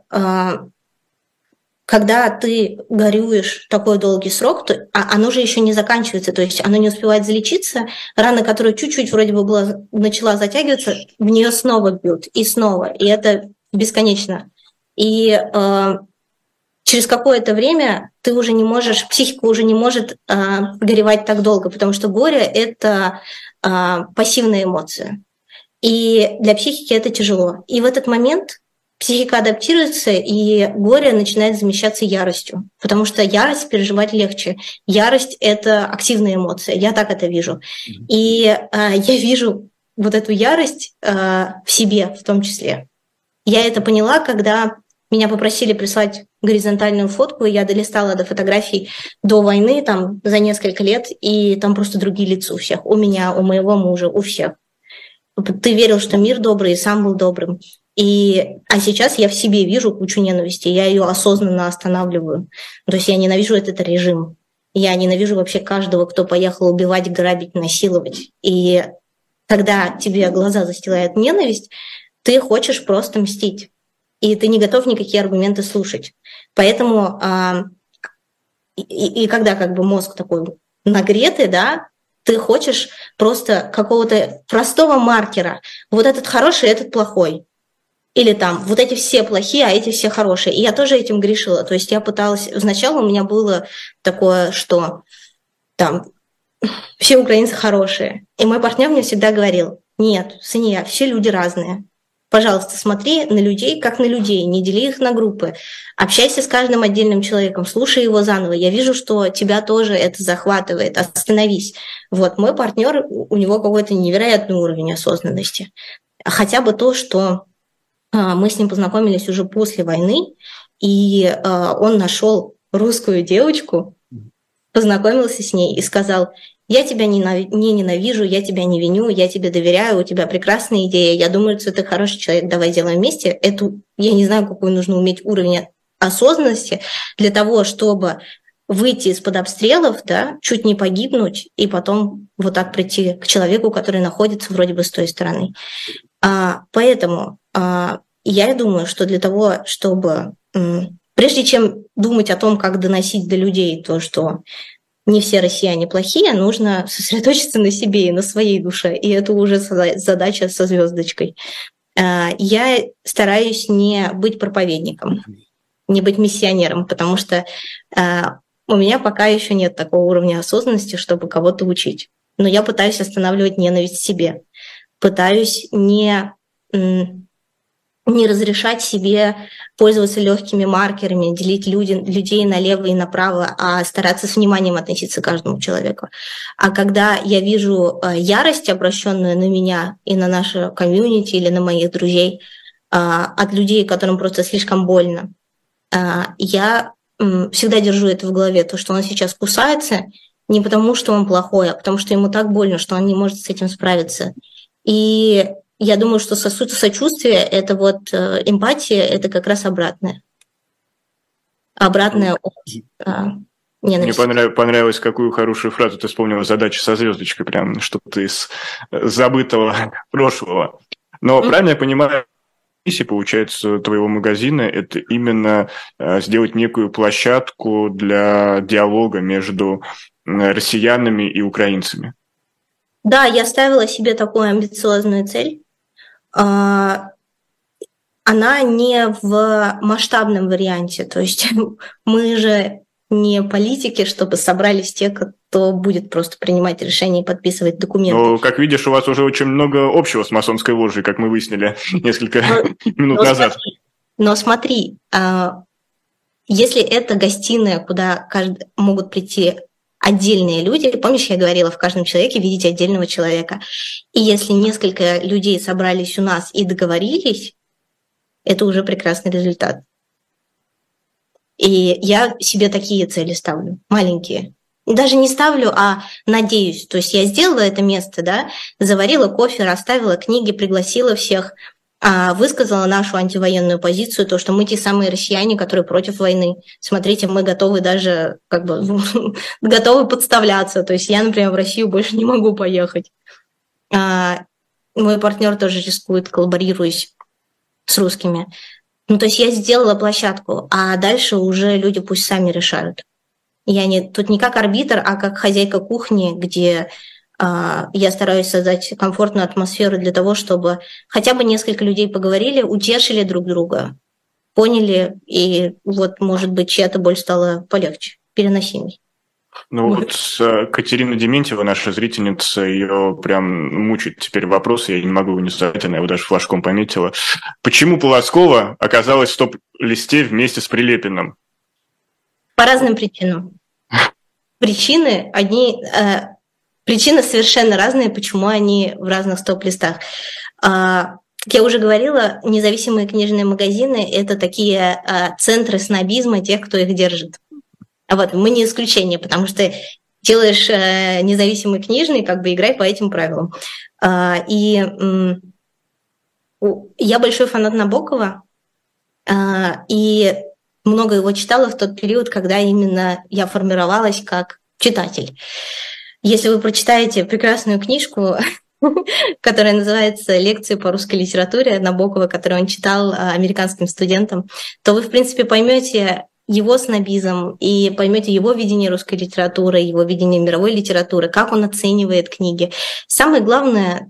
Speaker 2: когда ты горюешь такой долгий срок, то оно же еще не заканчивается, то есть оно не успевает залечиться, рана, которая чуть-чуть вроде бы начала затягиваться, в нее снова бьют, и снова, и это бесконечно. И через какое-то время ты уже не можешь, психика уже не может горевать так долго, потому что горе – это пассивная эмоция. И для психики это тяжело. И в этот момент психика адаптируется, и горе начинает замещаться яростью, потому что ярость переживать легче. Ярость – это активная эмоция, я так это вижу. И я вижу вот эту ярость в себе в том числе. Я это поняла, когда меня попросили прислать горизонтальную фотку, и я долистала до фотографий до войны там, за несколько лет, и там просто другие лица у всех. У меня, у моего мужа, у всех. Ты верил, что мир добрый, и сам был добрым. А сейчас я в себе вижу кучу ненависти, я ее осознанно останавливаю. То есть я ненавижу этот режим. Я ненавижу вообще каждого, кто поехал убивать, грабить, насиловать. И когда тебе глаза застилает ненависть, ты хочешь просто мстить. И ты не готов никакие аргументы слушать. Поэтому когда как бы мозг такой нагретый, да, ты хочешь просто какого-то простого маркера. Вот этот хороший, этот плохой. Или там, вот эти все плохие, а эти все хорошие. И я тоже этим грешила. То есть я пыталась... Сначала у меня было такое, что там все украинцы хорошие. И мой партнер мне всегда говорил: нет, Сания, все люди разные. Пожалуйста, смотри на людей, как на людей, не дели их на группы. Общайся с каждым отдельным человеком, слушай его заново. Я вижу, что тебя тоже это захватывает. Остановись. Вот, мой партнер, у него какой-то невероятный уровень осознанности. Хотя бы то, что мы с ним познакомились уже после войны, и он нашел русскую девочку, познакомился с ней и сказал: я тебя не ненавижу, я тебя не виню, я тебе доверяю, у тебя прекрасная идея, я думаю, что ты хороший человек, давай делаем вместе. Я не знаю, какой нужно уметь уровень осознанности для того, чтобы выйти из-под обстрелов, да, чуть не погибнуть, и потом вот так прийти к человеку, который находится вроде бы с той стороны. Поэтому я думаю, что для того, чтобы... Прежде чем думать о том, как доносить до людей то, что не все россияне плохие, нужно сосредоточиться на себе и на своей душе. И это уже задача со звездочкой. Я стараюсь не быть проповедником, не быть миссионером, потому что у меня пока еще нет такого уровня осознанности, чтобы кого-то учить. Но я пытаюсь останавливать ненависть в себе. Пытаюсь не не разрешать себе пользоваться легкими маркерами, делить людей налево и направо, а стараться с вниманием относиться к каждому человеку. А когда я вижу ярость, обращенную на меня и на наше комьюнити или на моих друзей, от людей, которым просто слишком больно, я всегда держу это в голове, то, что он сейчас кусается, не потому, что он плохой, а потому, что ему так больно, что он не может с этим справиться. И я думаю, что сочувствие, это вот эмпатия, это как раз обратное. Обратное от ненависти.
Speaker 1: Мне понравилось, какую хорошую фразу ты вспомнила, задача со звездочкой, прям что-то из забытого прошлого. Но правильно я понимаю, миссия, получается, твоего магазина – это именно сделать некую площадку для диалога между россиянами и украинцами?
Speaker 2: Да, я ставила себе такую амбициозную цель. Она не в масштабном варианте. То есть мы же не политики, чтобы собрались те, кто будет просто принимать решения и подписывать документы.
Speaker 1: Но, как видишь, у вас уже очень много общего с масонской ложей, как мы выяснили несколько минут назад.
Speaker 2: Но смотри, если это гостиная, куда могут прийти отдельные люди, помнишь, я говорила, в каждом человеке видите отдельного человека. И если несколько людей собрались у нас и договорились, это уже прекрасный результат. И я себе такие цели ставлю, маленькие. Даже не ставлю, а надеюсь. То есть я сделала это место, да, заварила кофе, расставила книги, пригласила всех, высказала нашу антивоенную позицию, то, что мы те самые россияне, которые против войны. Смотрите, мы готовы даже готовы подставляться. То есть я, например, в Россию больше не могу поехать. Мой партнер тоже рискует, коллаборируясь с русскими. Ну, то есть я сделала площадку, а дальше уже люди пусть сами решают. Я тут не как арбитр, а как хозяйка кухни, где я стараюсь создать комфортную атмосферу для того, чтобы хотя бы несколько людей поговорили, утешили друг друга, поняли, и вот, может быть, чья-то боль стала полегче, переносимой.
Speaker 1: Ну вот Катерина Дементьева, наша зрительница, ее прям мучает теперь вопрос, я не могу его не задать, она его даже флажком пометила. Почему Полоскова оказалась в топ-листе вместе с Прилепиным?
Speaker 2: По разным причинам. Причины совершенно разные, почему они в разных топ-листах. Как я уже говорила, независимые книжные магазины – это такие центры снобизма тех, кто их держит. А вот мы не исключение, потому что делаешь независимый книжный, как бы играй по этим правилам. И я большой фанат Набокова, и много его читала в тот период, когда именно я формировалась как читатель. Если вы прочитаете прекрасную книжку, которая называется «Лекции по русской литературе» Набокова, которую он читал американским студентам, то вы, в принципе, поймете его снобизм и поймете его видение русской литературы, его видение мировой литературы, как он оценивает книги. Самое главное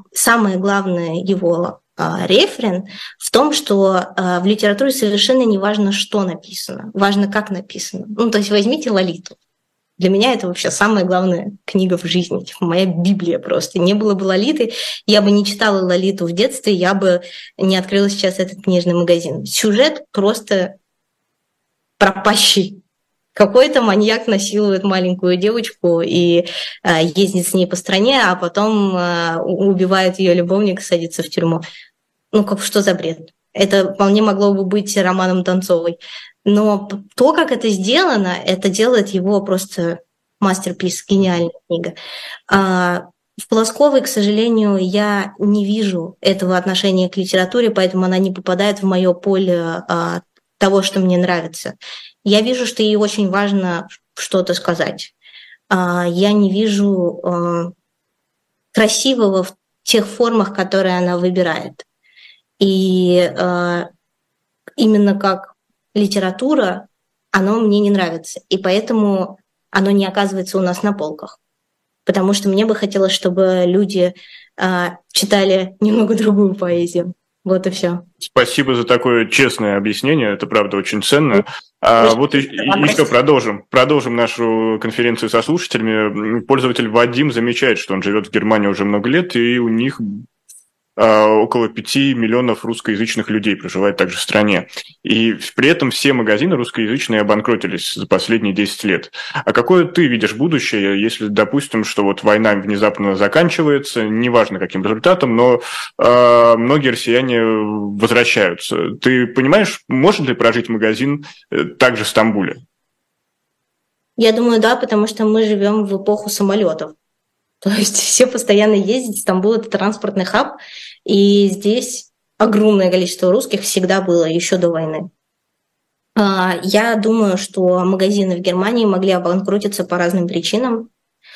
Speaker 2: его рефрен в том, что в литературе совершенно не важно, что написано, важно, как написано. Ну, то есть возьмите «Лолиту». Для меня это вообще самая главная книга в жизни, моя Библия просто. Не было бы «Лолиты», я бы не читала «Лолиту» в детстве, я бы не открыла сейчас этот книжный магазин. Сюжет просто пропащий. Какой-то маньяк насилует маленькую девочку и ездит с ней по стране, а потом убивает ее любовника, садится в тюрьму. Ну, что за бред? Это вполне могло бы быть романом Донцовой. Но то, как это сделано, это делает его просто мастерпис, гениальная книга. В Полосковой, к сожалению, я не вижу этого отношения к литературе, поэтому она не попадает в мое поле того, что мне нравится. Я вижу, что ей очень важно что-то сказать. Я не вижу красивого в тех формах, которые она выбирает. И именно как литература, оно мне не нравится. И поэтому оно не оказывается у нас на полках. Потому что мне бы хотелось, чтобы люди читали немного другую поэзию. Вот и все. Спасибо за такое честное объяснение, это правда очень ценно. Вот еще продолжим нашу конференцию со слушателями. Пользователь Вадим замечает, что он живет в Германии уже много лет, и у них
Speaker 1: около 5 миллионов русскоязычных людей проживает также в стране. И при этом все магазины русскоязычные обанкротились за последние 10 лет. А какое ты видишь будущее, если, допустим, что вот война внезапно заканчивается, неважно каким результатом, но многие россияне возвращаются. Ты понимаешь, может ли прожить магазин также в Стамбуле?
Speaker 2: Я думаю, да, потому что мы живем в эпоху самолетов. То есть все постоянно ездят, Стамбул – это транспортный хаб, и здесь огромное количество русских всегда было, еще до войны. Я думаю, что магазины в Германии могли обанкротиться по разным причинам.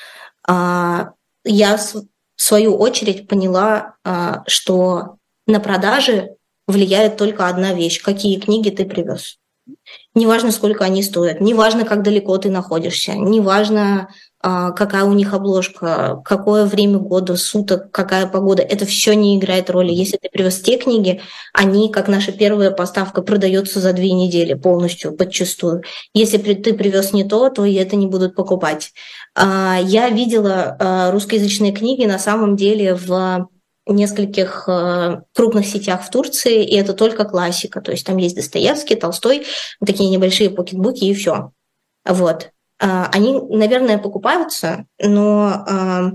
Speaker 2: Я, в свою очередь, поняла, что на продажи влияет только одна вещь – какие книги ты привез. Неважно, сколько они стоят, неважно, как далеко ты находишься, неважно, какая у них обложка, какое время года, суток, какая погода. Это все не играет роли. Если ты привез те книги, они, как наша первая поставка, продаются за 2 недели полностью, подчистую. Если ты привез не то и это не будут покупать. Я видела русскоязычные книги на самом деле в нескольких крупных сетях в Турции, и это только классика. То есть там есть Достоевский, Толстой, такие небольшие покетбуки и все. Вот. Они, наверное, покупаются, но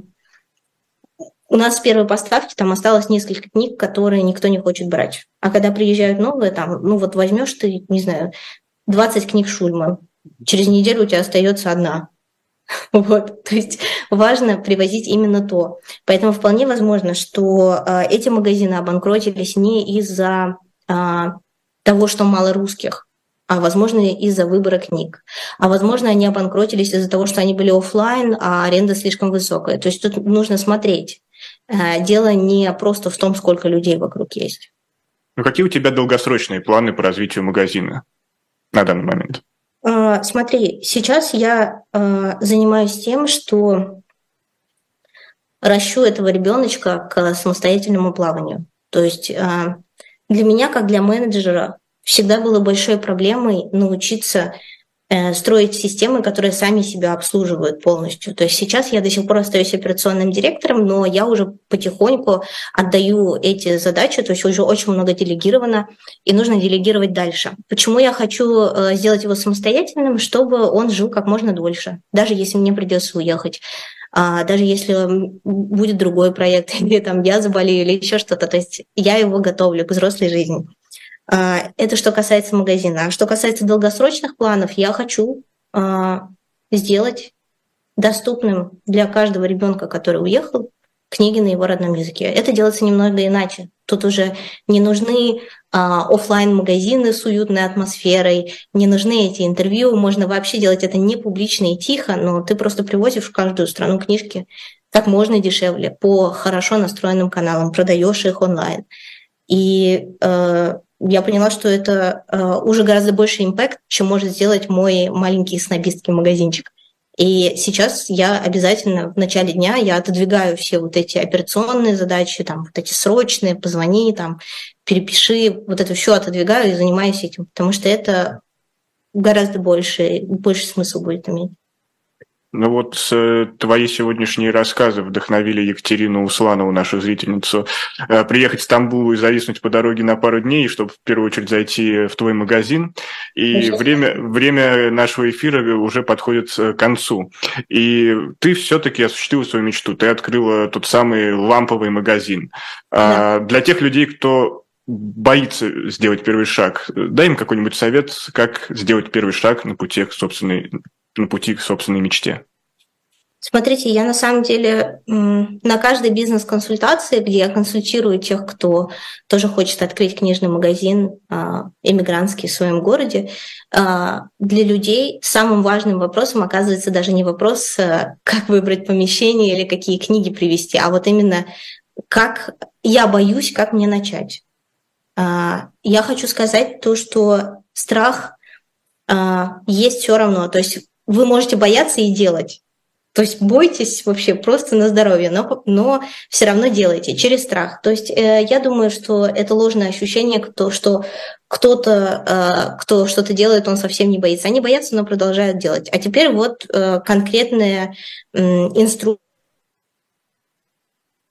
Speaker 2: у нас с первой поставки там осталось несколько книг, которые никто не хочет брать. А когда приезжают новые, там, вот возьмешь ты, не знаю, 20 книг Шульман, через неделю у тебя остается одна. Вот, то есть важно привозить именно то. Поэтому вполне возможно, что эти магазины обанкротились не из-за того, что мало русских, а возможно из-за выбора книг. А возможно они обанкротились из-за того, что они были офлайн, а аренда слишком высокая. То есть тут нужно смотреть. Дело не просто в том, сколько людей вокруг есть.
Speaker 1: Ну, какие у тебя долгосрочные планы по развитию магазина на данный момент?
Speaker 2: Смотри, сейчас я занимаюсь тем, что ращу этого ребеночка к самостоятельному плаванию. То есть для меня, как для менеджера, всегда было большой проблемой научиться строить системы, которые сами себя обслуживают полностью. То есть сейчас я до сих пор остаюсь операционным директором, но я уже потихоньку отдаю эти задачи, то есть уже очень много делегировано, и нужно делегировать дальше. Почему я хочу сделать его самостоятельным? Чтобы он жил как можно дольше, даже если мне придется уехать. Даже если будет другой проект, или там я заболею, или еще что-то. То есть я его готовлю к взрослой жизни. Это что касается магазина. А что касается долгосрочных планов, я хочу сделать доступным для каждого ребенка, который уехал, книги на его родном языке. Это делается немного иначе. Тут уже не нужны офлайн-магазины с уютной атмосферой, не нужны эти интервью. Можно вообще делать это не публично и тихо, но ты просто привозишь в каждую страну книжки как можно дешевле по хорошо настроенным каналам, продаешь их онлайн. И я поняла, что это уже гораздо больше импакт, чем может сделать мой маленький снобистский магазинчик. И сейчас я обязательно в начале дня я отодвигаю все вот эти операционные задачи, там, вот эти срочные, позвони, там, перепиши, вот это все отодвигаю и занимаюсь этим, потому что это гораздо больше смысл будет иметь.
Speaker 1: Ну вот твои сегодняшние рассказы вдохновили Екатерину Усланову, нашу зрительницу, приехать в Стамбул и зависнуть по дороге на пару дней, чтобы в первую очередь зайти в твой магазин. И время нашего эфира уже подходит к концу. И ты все-таки осуществила свою мечту. Ты открыла тот самый ламповый магазин. Да. Для тех людей, кто боится сделать первый шаг, дай им какой-нибудь совет, как сделать первый шаг на пути к собственной мечте.
Speaker 2: Смотрите, я на самом деле на каждой бизнес-консультации, где я консультирую тех, кто тоже хочет открыть книжный магазин эмигрантский в своем городе, для людей самым важным вопросом оказывается даже не вопрос, как выбрать помещение или какие книги привезти, а вот именно как я боюсь, как мне начать. Я хочу сказать то, что страх есть все равно, то есть вы можете бояться и делать. То есть бойтесь вообще просто на здоровье, но все равно делайте через страх. То есть я думаю, что это ложное ощущение, что кто-то, кто что-то делает, он совсем не боится. Они боятся, но продолжают делать. А теперь вот конкретные инструкции.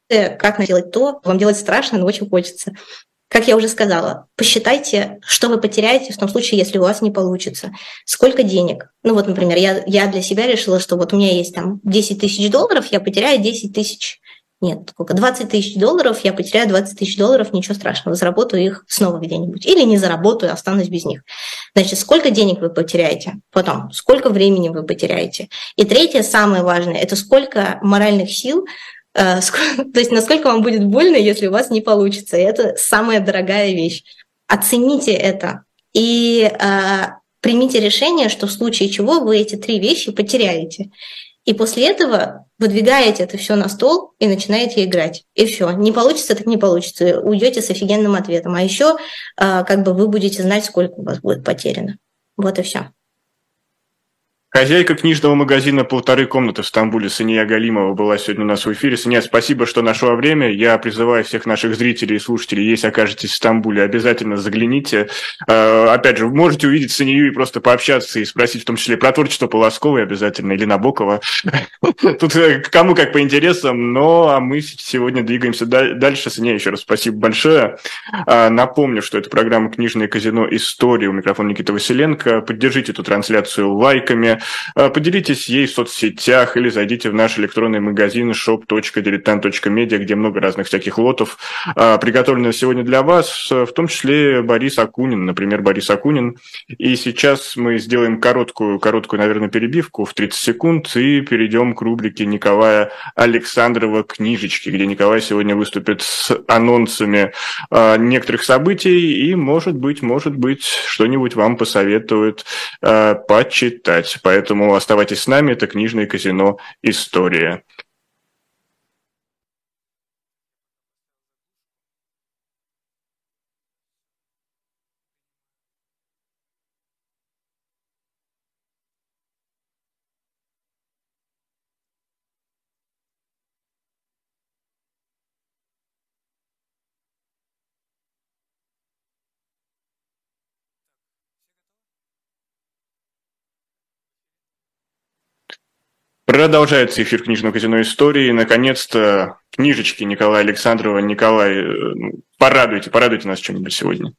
Speaker 2: как сделать то, вам делать страшно, но очень хочется. Как я уже сказала, посчитайте, что вы потеряете в том случае, если у вас не получится. Сколько денег? Ну вот, например, я для себя решила, что вот у меня есть там 10 тысяч долларов, я потеряю 10 тысяч. Нет, сколько? 20 тысяч долларов, я потеряю 20 тысяч долларов, ничего страшного, заработаю их снова где-нибудь. Или не заработаю, останусь без них. Значит, сколько денег вы потеряете? Потом, сколько времени вы потеряете? И третье, самое важное, это сколько моральных сил, то есть насколько вам будет больно, если у вас не получится. И это самая дорогая вещь. Оцените это и примите решение, что в случае чего вы эти 3 вещи потеряете. И после этого выдвигаете это все на стол и начинаете играть. И все. Не получится, так не получится. Уйдете с офигенным ответом. А еще вы будете знать, сколько у вас будет потеряно. Вот и все.
Speaker 1: Хозяйка книжного магазина «Полторы комнаты» в Стамбуле Сания Галимова была сегодня у нас в эфире. Сания, спасибо, что нашла время. Я призываю всех наших зрителей и слушателей, если окажетесь в Стамбуле, обязательно загляните. Опять же, вы можете увидеть Санию и просто пообщаться и спросить, в том числе про творчество Полосковой обязательно или Набокова. Тут кому как по интересам, а мы сегодня двигаемся дальше. Сания, еще раз спасибо большое. Напомню, что это программа «Книжное казино. История». У микрофона Никита Василенко. Поддержите эту трансляцию лайками. Поделитесь ей в соцсетях или зайдите в наш электронный магазин shop.diletant.media, где много разных всяких лотов приготовлено сегодня для вас, в том числе Борис Акунин, например, Борис Акунин. И сейчас мы сделаем короткую, наверное, перебивку в 30 секунд и перейдем к рубрике Николая Александрова «Книжечки», где Николай сегодня выступит с анонсами некоторых событий и, может быть, что-нибудь вам посоветует почитать. Поэтому оставайтесь с нами, это «Книжное казино. История». Продолжается эфир «Книжного казино. Истории». Наконец-то книжечки Николая Александрова. Николай, порадуйте нас чем-нибудь сегодня.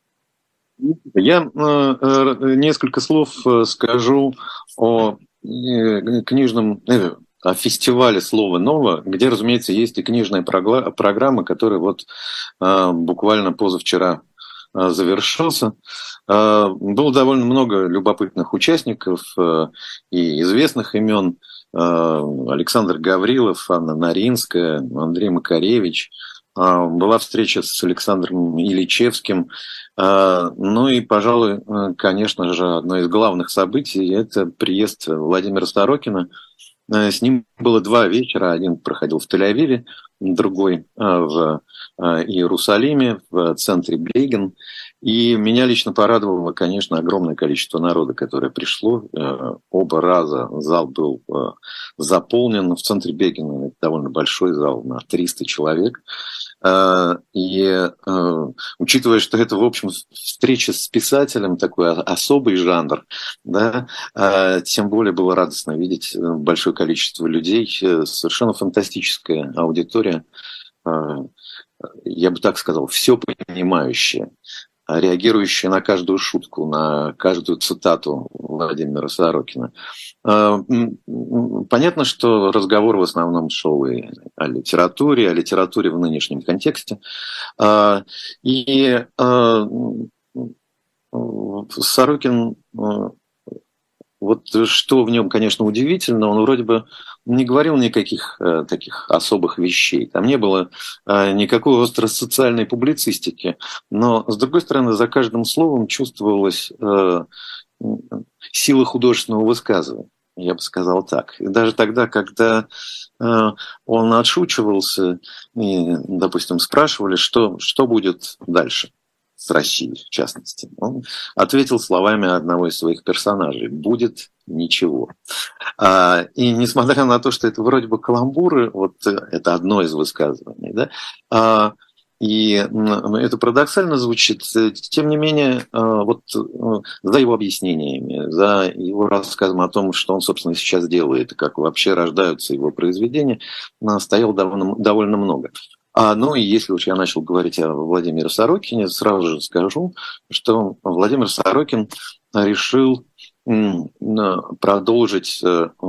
Speaker 4: Я несколько слов скажу о книжном, о фестивале «Слово ново», где, разумеется, есть и книжная программа, которая буквально позавчера завершился. Было довольно много любопытных участников и известных имен. Александр Гаврилов, Анна Наринская, Андрей Макаревич. Была встреча с Александром Ильичевским. И, пожалуй, конечно же, одно из главных событий – это приезд Владимира Сорокина. С ним было 2 вечера. Один проходил в Тель-Авиве, другой в Иерусалиме, в центре Бейгин. И меня лично порадовало, конечно, огромное количество народа, которое пришло. Оба раза зал был заполнен. В центре Бейгина это довольно большой зал на 300 человек. И учитывая, что это, в общем, встреча с писателем, такой особый жанр, да, тем более было радостно видеть большое количество людей, совершенно фантастическая аудитория, я бы так сказал, все понимающая, реагирующая на каждую шутку, на каждую цитату Владимира Сорокина. Понятно, что разговор в основном шел и о литературе в нынешнем контексте. И Сорокин, что в нем, конечно, удивительно, он вроде бы не говорил никаких таких особых вещей. Там не было никакой остросоциальной публицистики. Но, с другой стороны, за каждым словом чувствовалась сила художественного высказывания. Я бы сказал так. И даже тогда, когда он отшучивался, и, допустим, спрашивали, что будет дальше с Россией, в частности, он ответил словами одного из своих персонажей: «Будет ничего». И несмотря на то, что это вроде бы каламбуры, это одно из высказываний, да, И это парадоксально звучит, тем не менее, вот за его объяснениями, за его рассказом о том, что он, собственно, сейчас делает, и как вообще рождаются его произведения, стояло довольно много. Ну и если уж я начал говорить о Владимире Сорокине, сразу же скажу, что Владимир Сорокин решил продолжить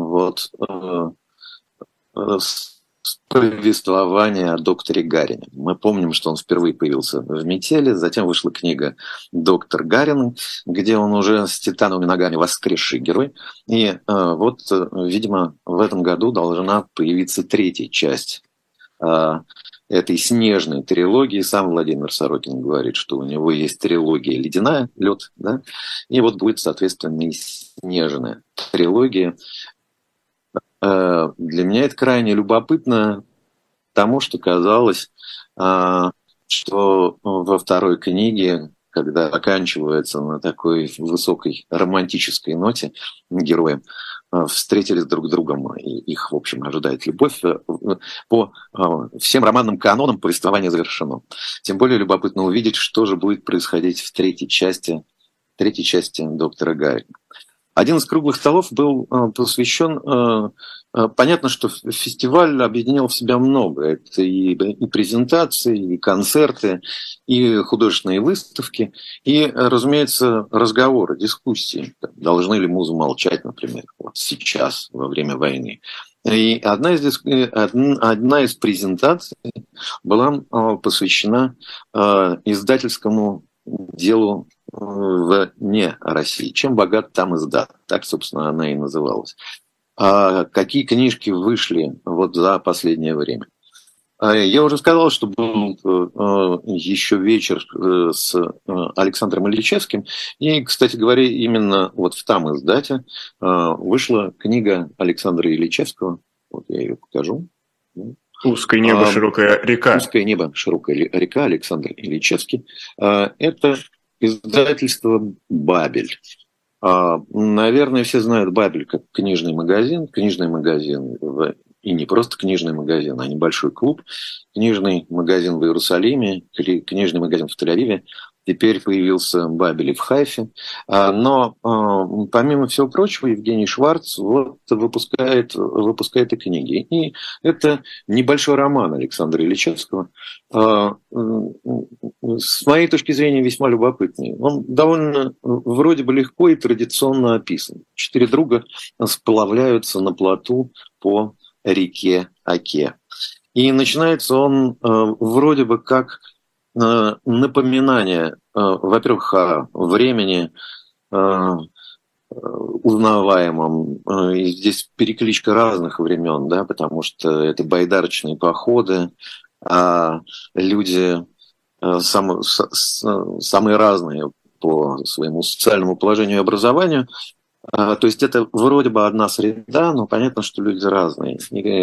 Speaker 4: повествование о докторе Гарине. Мы помним, что он впервые появился в «Метели», затем вышла книга «Доктор Гарин», где он уже с титановыми ногами воскресший герой. И видимо, в этом году должна появиться третья часть этой снежной трилогии. Сам Владимир Сорокин говорит, что у него есть трилогия «Ледяная», «Лед», да? И вот будет, соответственно, и снежная трилогия. Для меня это крайне любопытно, потому что казалось, что во второй книге, когда оканчивается на такой высокой романтической ноте, герои встретились друг с другом, и их, в общем, ожидает любовь. По всем романным канонам повествование завершено. Тем более любопытно увидеть, что же будет происходить в третьей части «Доктора Гарина». Один из круглых столов был посвящен... Понятно, что фестиваль объединял в себя много. Это и презентации, и концерты, и художественные выставки, и, разумеется, разговоры, дискуссии. Должны ли музы молчать, например, вот сейчас, во время войны. И одна из презентаций была посвящена издательскому делу вне России. Чем богат, там издат. Так, собственно, она и называлась. Какие книжки вышли вот за последнее время? Я уже сказал, что был еще вечер с Александром Ильичевским. И, кстати говоря, именно вот в там издате вышла книга Александра Ильичевского. Вот я ее покажу.
Speaker 1: «Узкое небо, широкая река».
Speaker 4: «Узкое небо, широкая река», Александр Ильичевский. Это издательство «Бабель». Наверное, все знают «Бабель» как книжный магазин, и не просто книжный магазин, а небольшой клуб, книжный магазин в Иерусалиме, книжный магазин в Тель-Авиве. Теперь появился «Бабель» и в Хайфе. Но, помимо всего прочего, Евгений Шварц выпускает и книги. И это небольшой роман Александра Ильичевского. С моей точки зрения, весьма любопытный. Он довольно вроде бы легко и традиционно описан. 4 друга сплавляются на плоту по реке Оке. И начинается он вроде бы как напоминание, во-первых, о времени узнаваемом. И здесь перекличка разных времен, да, потому что это байдарочные походы, люди самые разные по своему социальному положению и образованию. То есть это вроде бы одна среда, но понятно, что люди разные.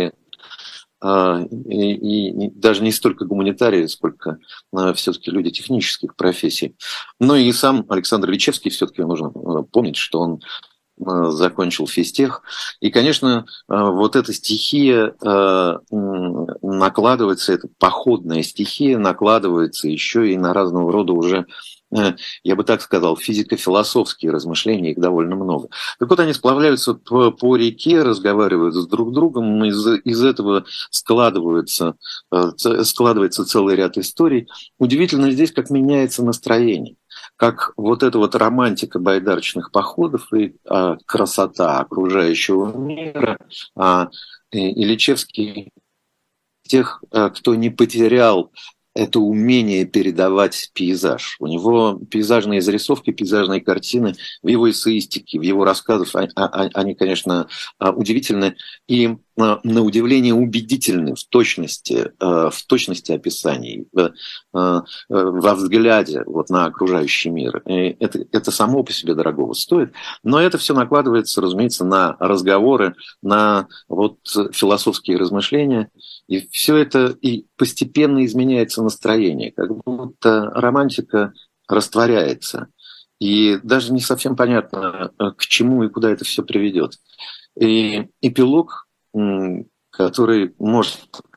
Speaker 4: И даже не столько гуманитарии, сколько все-таки люди технических профессий. Ну и сам Александр Ильичевский, все-таки нужно помнить, что он закончил физтех. И, конечно, вот эта стихия накладывается, эта походная стихия накладывается еще и на разного рода уже, я бы так сказал, физико-философские размышления, их довольно много. Так вот, они сплавляются по реке, разговаривают с друг другом, из этого складывается целый ряд историй. Удивительно здесь, как меняется настроение, как вот эта вот романтика байдарочных походов и красота окружающего мира. Ильичевский тех, кто не потерял это умение передавать пейзаж. У него пейзажные зарисовки, пейзажные картины в его эссеистике, в его рассказах, они, конечно, удивительны и на удивление убедительны в точности описаний, во взгляде вот на окружающий мир. И это само по себе дорогого стоит, но это все накладывается, разумеется, на разговоры, на вот философские размышления, и все это и постепенно изменяется настроение, как будто романтика растворяется, и даже не совсем понятно, к чему и куда это все приведет. И эпилог, который может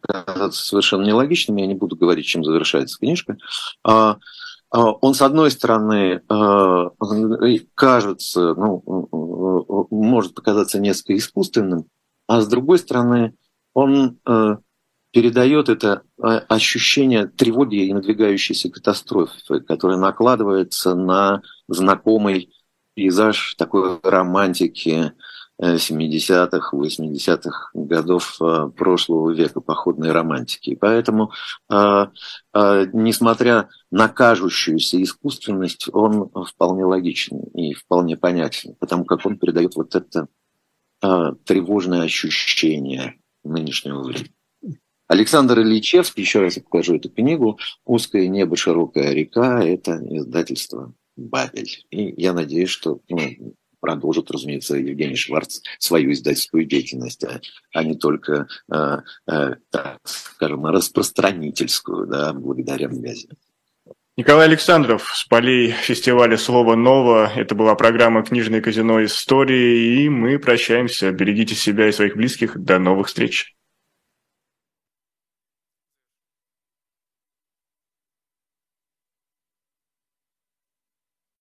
Speaker 4: показаться совершенно нелогичным, я не буду говорить, чем завершается книжка. Он, с одной стороны, кажется, может показаться несколько искусственным, а с другой стороны, он передает это ощущение тревоги и надвигающейся катастрофы, которая накладывается на знакомый пейзаж такой романтики 70-х, 80-х годов прошлого века, походной романтики. И поэтому, несмотря на кажущуюся искусственность, он вполне логичен и вполне понятен, потому как он передает вот это тревожное ощущение нынешнего времени. Александр Ильичевский, еще раз я покажу эту книгу, «Узкое небо, широкая река», это издательство «Бабель». И я надеюсь, что продолжит, разумеется, Евгений Шварц свою издательскую деятельность, а не только, так скажем, распространительскую, да, благодаря магазину.
Speaker 1: Николай Александров с полей фестиваля «Слово ново». Это была программа «Книжное казино. Истории», и мы прощаемся. Берегите себя и своих близких. До новых встреч.